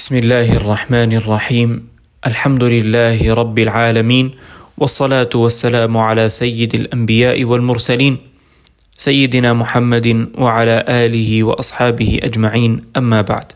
بسم الله الرحمن الرحيم الحمد لله رب العالمين والصلاة والسلام على سيد الأنبياء والمرسلين سيدنا محمد وعلى آله وأصحابه أجمعين أما بعد.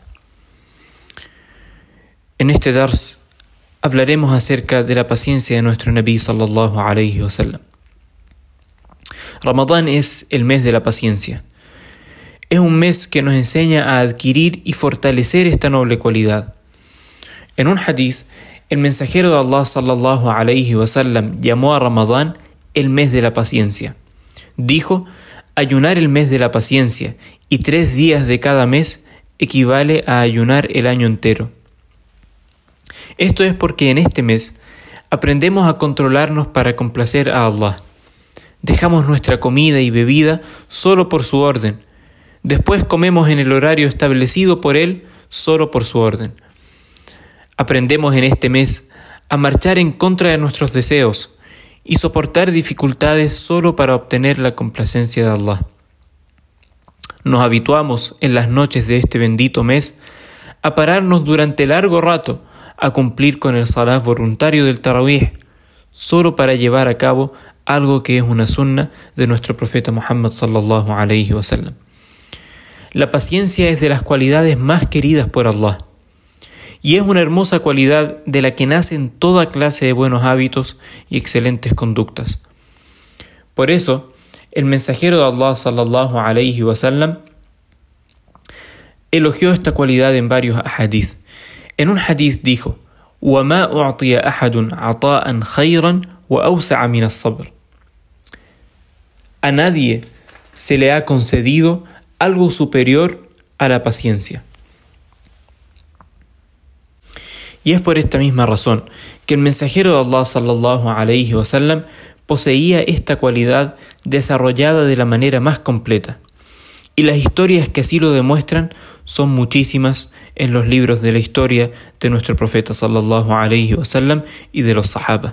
En este dars hablaremos acerca de la paciencia de nuestro Nabi sallallahu alayhi wa sallam. Ramadán es el mes de la paciencia. Es un mes que nos enseña a adquirir y fortalecer esta noble cualidad. En un hadith, el mensajero de Allah sallallahu alayhi wa sallam llamó a Ramadán el mes de la paciencia. Dijo, ayunar el mes de la paciencia y 3 días de cada mes equivale a ayunar el año entero. Esto es porque en este mes aprendemos a controlarnos para complacer a Allah. Dejamos nuestra comida y bebida solo por su orden. Después comemos en el horario establecido por Él, solo por su orden. Aprendemos en este mes a marchar en contra de nuestros deseos y soportar dificultades solo para obtener la complacencia de Allah. Nos habituamos en las noches de este bendito mes a pararnos durante largo rato a cumplir con el salat voluntario del Tarawih, solo para llevar a cabo algo que es una sunna de nuestro profeta Muhammad sallallahu alayhi wa sallam. La paciencia es de las cualidades más queridas por Allah y es una hermosa cualidad de la que nacen toda clase de buenos hábitos y excelentes conductas. Por eso, el mensajero de Allah sallallahu alayhi wa sallam elogió esta cualidad en varios hadith. En un hadith dijo: وَمَا أُعْطِيَ أَحَدٌ عَطَاءً خَيْرًا وَأَوْسَعَ مِنَ الصَّبْرِ. A nadie se le ha concedido algo superior a la paciencia. Y es por esta misma razón que el mensajero de Allah sallallahu alayhi wa sallam poseía esta cualidad desarrollada de la manera más completa. Y las historias que así lo demuestran son muchísimas en los libros de la historia de nuestro profeta sallallahu alayhi wa sallam y de los sahaba.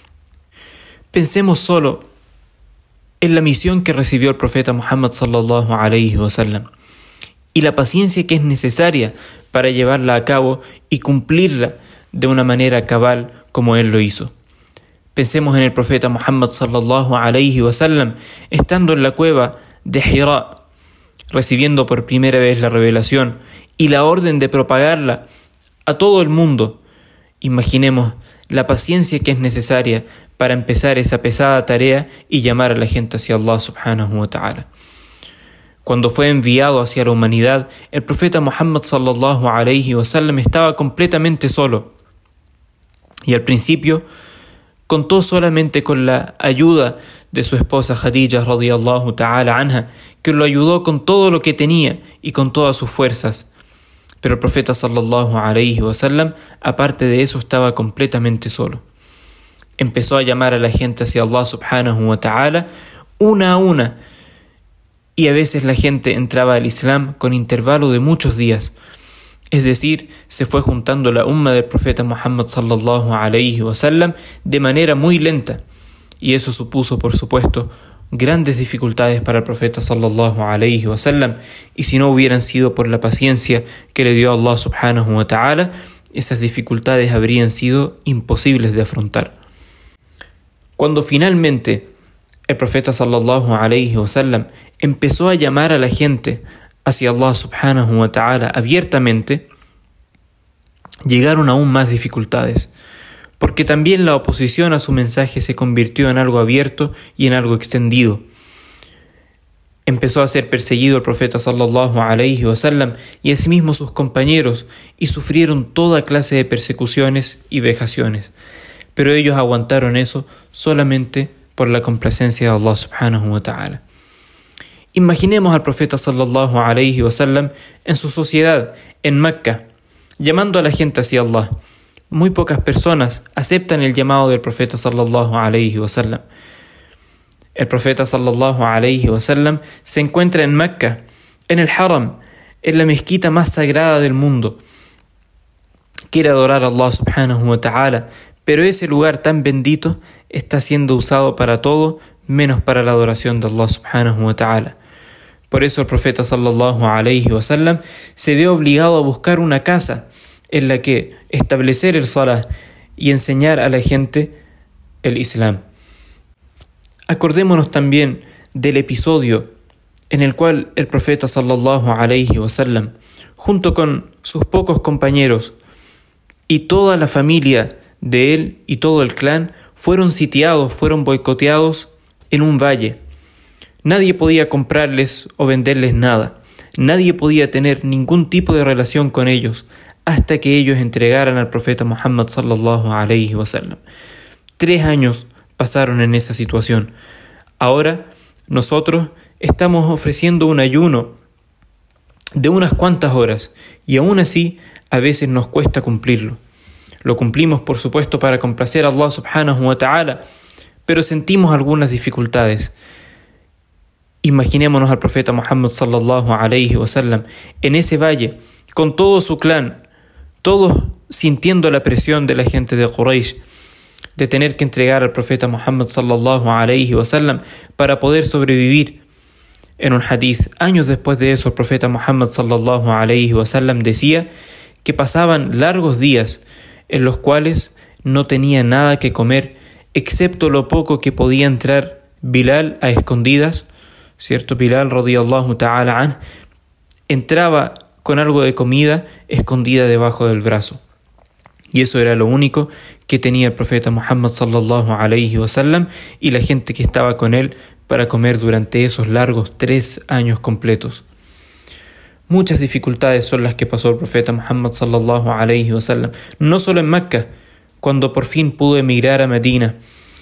Pensemos solo en la misión que recibió el profeta Muhammad sallallahu alayhi wa sallam y la paciencia que es necesaria para llevarla a cabo y cumplirla de una manera cabal como él lo hizo. Pensemos en el profeta Muhammad sallallahu alayhi wa sallam estando en la cueva de Hira, recibiendo por primera vez la revelación y la orden de propagarla a todo el mundo. Imaginemos la paciencia que es necesaria para empezar esa pesada tarea y llamar a la gente hacia Allah subhanahu wa ta'ala. Cuando fue enviado hacia la humanidad, el profeta Muhammad sallallahu alayhi wa sallam estaba completamente solo. Y al principio contó solamente con la ayuda de su esposa Khadija radiyallahu ta'ala anha, que lo ayudó con todo lo que tenía y con todas sus fuerzas. Pero el profeta sallallahu alayhi wa sallam, aparte de eso, estaba completamente solo. Empezó a llamar a la gente hacia Allah subhanahu wa ta'ala una a una, y a veces la gente entraba al Islam con intervalo de muchos días. Es decir, se fue juntando la umma del profeta Muhammad sallallahu alayhi wa sallam de manera muy lenta, y eso supuso, por supuesto, grandes dificultades para el profeta sallallahu alayhi wa sallam, y si no hubieran sido por la paciencia que le dio Allah subhanahu wa ta'ala, esas dificultades habrían sido imposibles de afrontar. Cuando finalmente el profeta sallallahu alayhi wa sallam empezó a llamar a la gente hacia Allah subhanahu wa ta'ala abiertamente, llegaron aún más dificultades, porque también la oposición a su mensaje se convirtió en algo abierto y en algo extendido. Empezó a ser perseguido el profeta sallallahu alayhi wa sallam y asimismo sus compañeros, y sufrieron toda clase de persecuciones y vejaciones. Pero ellos aguantaron eso solamente por la complacencia de Allah subhanahu wa ta'ala. Imaginemos al profeta sallallahu alayhi wa sallam en su sociedad, en Mecca, llamando a la gente hacia Allah. Muy pocas personas aceptan el llamado del profeta sallallahu alayhi wa sallam. El profeta sallallahu alayhi wa sallam se encuentra en Mecca, en el Haram, en la mezquita más sagrada del mundo. Quiere adorar a Allah subhanahu wa ta'ala, pero ese lugar tan bendito está siendo usado para todo menos para la adoración de Allah subhanahu wa ta'ala. Por eso el profeta sallallahu alayhi wa sallam se ve obligado a buscar una casa en la que establecer el salah y enseñar a la gente el Islam. Acordémonos también del episodio en el cual el profeta sallallahu alaihi wasallam, junto con sus pocos compañeros y toda la familia de él y todo el clan, fueron sitiados, fueron boicoteados en un valle. Nadie podía comprarles o venderles nada. Nadie podía tener ningún tipo de relación con ellos hasta que ellos entregaran al profeta Muhammad sallallahu alaihi wasallam. 3 años pasaron en esa situación. Ahora nosotros estamos ofreciendo un ayuno de unas cuantas horas y aún así a veces nos cuesta cumplirlo. Lo cumplimos, por supuesto, para complacer a Allah subhanahu wa ta'ala, pero sentimos algunas dificultades. Imaginémonos al profeta Muhammad sallallahu alaihi wasallam en ese valle con todo su clan, todos sintiendo la presión de la gente de Quraysh de tener que entregar al profeta Muhammad sallallahu alaihi wasallam para poder sobrevivir. En un hadith, años después de eso, el profeta Muhammad sallallahu alaihi wasallam decía que pasaban largos días en los cuales no tenía nada que comer, excepto lo poco que podía entrar Bilal a escondidas, ¿cierto? Bilal radiyallahu ta'ala anh entraba con algo de comida escondida debajo del brazo. Y eso era lo único que tenía el profeta Muhammad sallallahu alaihi wasallam y la gente que estaba con él para comer durante esos largos 3 años completos. Muchas dificultades son las que pasó el profeta Muhammad sallallahu alaihi wasallam, no solo en Mecca, cuando por fin pudo emigrar a Medina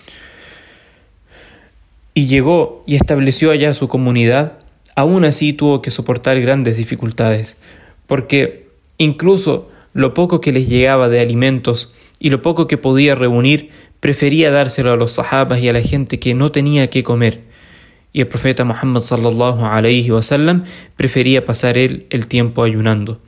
y llegó y estableció allá su comunidad. Aún así tuvo que soportar grandes dificultades, porque incluso lo poco que les llegaba de alimentos y lo poco que podía reunir, prefería dárselo a los sahabas y a la gente que no tenía que comer. Y el profeta Muhammad sallallahu alaihi wasallam prefería pasar él el tiempo ayunando.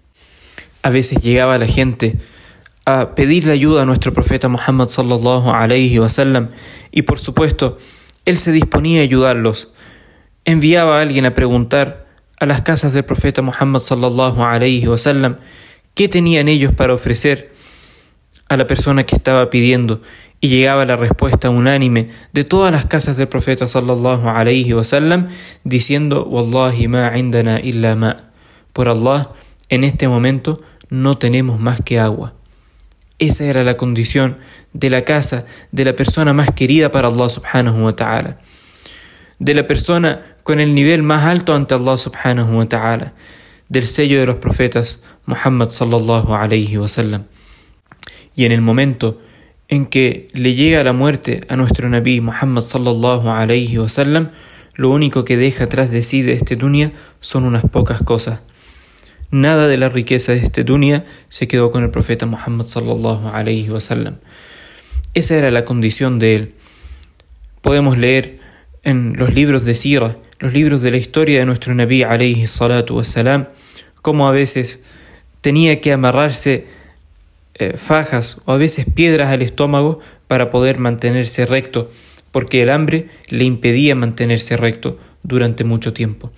A veces llegaba la gente a pedirle ayuda a nuestro profeta Muhammad sallallahu alaihi wasallam y por supuesto él se disponía a ayudarlos. Enviaba a alguien a preguntar a las casas del profeta Muhammad sallallahu alaihi wasallam qué tenían ellos para ofrecer a la persona que estaba pidiendo, y llegaba la respuesta unánime de todas las casas del profeta sallallahu alaihi wasallam diciendo: Wallahi ma indana illa ma. Por Allah, en este momento no tenemos más que agua. Esa era la condición de la casa de la persona más querida para Allah subhanahu wa ta'ala, de la persona con el nivel más alto ante Allah subhanahu wa ta'ala, del sello de los profetas Muhammad sallallahu alaihi wasallam. Y en el momento en que le llega la muerte a nuestro Nabi Muhammad sallallahu alaihi wasallam, lo único que deja atrás de sí de este dunya son unas pocas cosas. Nada de la riqueza de este dunya se quedó con el profeta Muhammad sallallahu alaihi wasallam. Esa era la condición de él. Podemos leer en los libros de Sira, los libros de la historia de nuestro Nabi alaihi salatu wassalam, cómo a veces tenía que amarrarse fajas o a veces piedras al estómago para poder mantenerse recto, porque el hambre le impedía mantenerse recto durante mucho tiempo.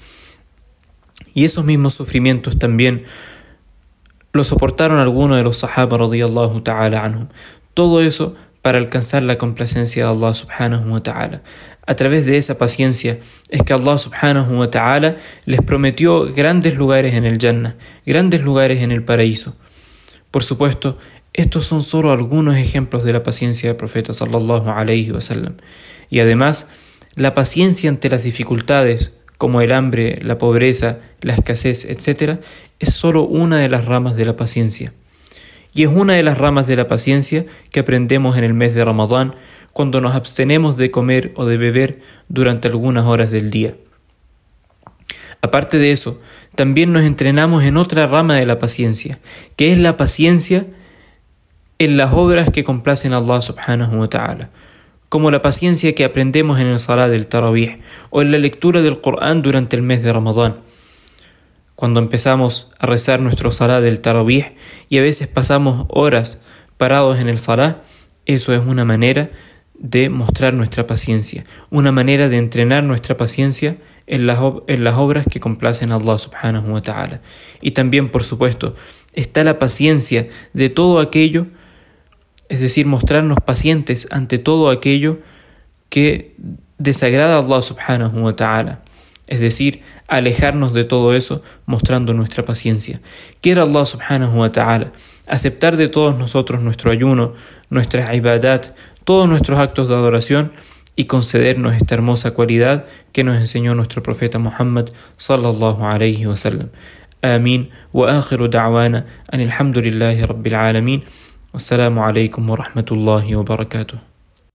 Y esos mismos sufrimientos también los soportaron algunos de los sahaba radiyallahu ta'ala anhum. Todo eso para alcanzar la complacencia de Allah subhanahu wa ta'ala. A través de esa paciencia es que Allah subhanahu wa ta'ala les prometió grandes lugares en el Jannah, grandes lugares en el paraíso. Por supuesto, estos son solo algunos ejemplos de la paciencia del profeta sallallahu alaihi wasallam. Y además, la paciencia ante las dificultades, como el hambre, la pobreza, la escasez, etc., es solo una de las ramas de la paciencia. Y es una de las ramas de la paciencia que aprendemos en el mes de Ramadán, cuando nos abstenemos de comer o de beber durante algunas horas del día. Aparte de eso, también nos entrenamos en otra rama de la paciencia, que es la paciencia en las obras que complacen a Allah subhanahu wa ta'ala, como la paciencia que aprendemos en el salat del Tarawih o en la lectura del Corán durante el mes de Ramadán. Cuando empezamos a rezar nuestro salat del Tarawih y a veces pasamos horas parados en el salat, eso es una manera de mostrar nuestra paciencia, una manera de entrenar nuestra paciencia en las obras que complacen a Allah subhanahu wa ta'ala. Y también, por supuesto, está la paciencia de todo aquello, es decir, mostrarnos pacientes ante todo aquello que desagrada a Allah subhanahu wa ta'ala. Es decir, alejarnos de todo eso mostrando nuestra paciencia. Quiera Allah subhanahu wa ta'ala aceptar de todos nosotros nuestro ayuno, nuestras ibadat, todos nuestros actos de adoración y concedernos esta hermosa cualidad que nos enseñó nuestro profeta Muhammad sallallahu alayhi wa sallam. Amén. Wa akhiru da'wana anil hamdulillahi rabbil alamin. Wassalamu alaykum wa rahmatullahi wa barakatuh.